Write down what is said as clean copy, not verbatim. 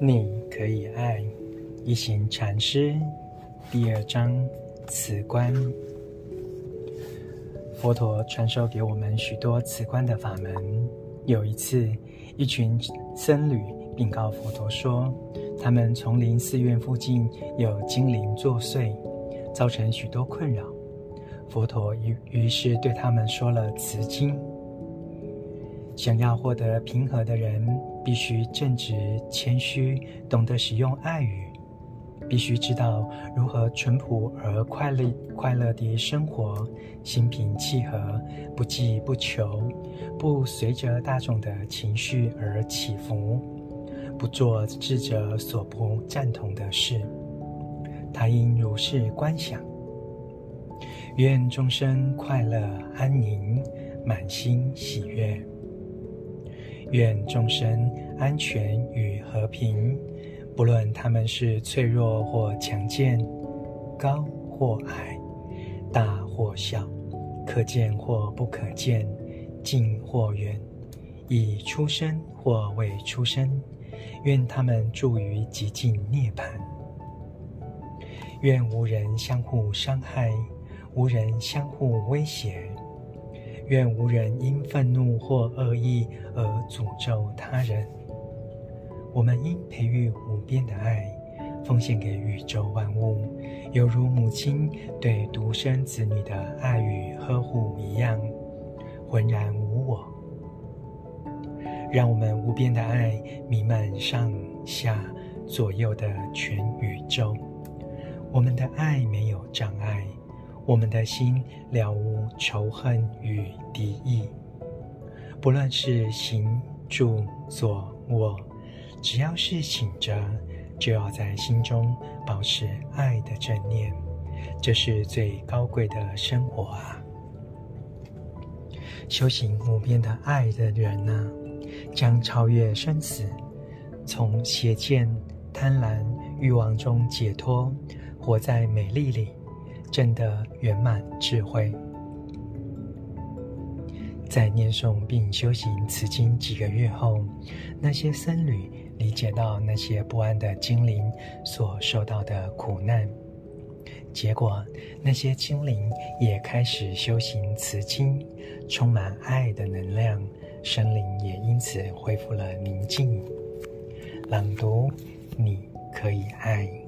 你可以爱。一行禅师第2章辞观。佛陀传授给我们许多辞观的法门。有一次，一群僧侣禀告佛陀说，他们丛林寺院附近有精灵作祟，造成许多困扰。佛陀于是对他们说了辞经。想要获得平和的人，必须正直、谦虚，懂得使用爱语，必须知道如何淳朴而快乐地生活，心平气和，不计不求，不随着大众的情绪而起伏，不做智者所不赞同的事。他应如是观想：愿众生快乐安宁，满心喜悦。愿众生安全与和平，不论他们是脆弱或强健，高或矮，大或小，可见或不可见，近或远，已出生或未出生，愿他们住于极尽涅槃。愿无人相互伤害，无人相互威胁，愿无人因愤怒或恶意而诅咒他人。我们应培育无边的爱，奉献给宇宙万物，犹如母亲对独生子女的爱与呵护一样，浑然无我。让我们无边的爱弥漫上下左右的全宇宙。我们的爱没有障碍，我们的心了无仇恨与敌意。不论是行住坐卧，只要是醒着，就要在心中保持爱的正念，这是最高贵的生活啊！修行无边的爱的人啊，将超越生死，从邪见、贪婪、欲望中解脱，活在美丽里，证得圆满智慧。在念诵并修行此经几个月后，那些僧侣理解到那些不安的精灵所受到的苦难，结果那些精灵也开始修行此经，充满爱的能量，生灵也因此恢复了宁静。朗读，你可以爱。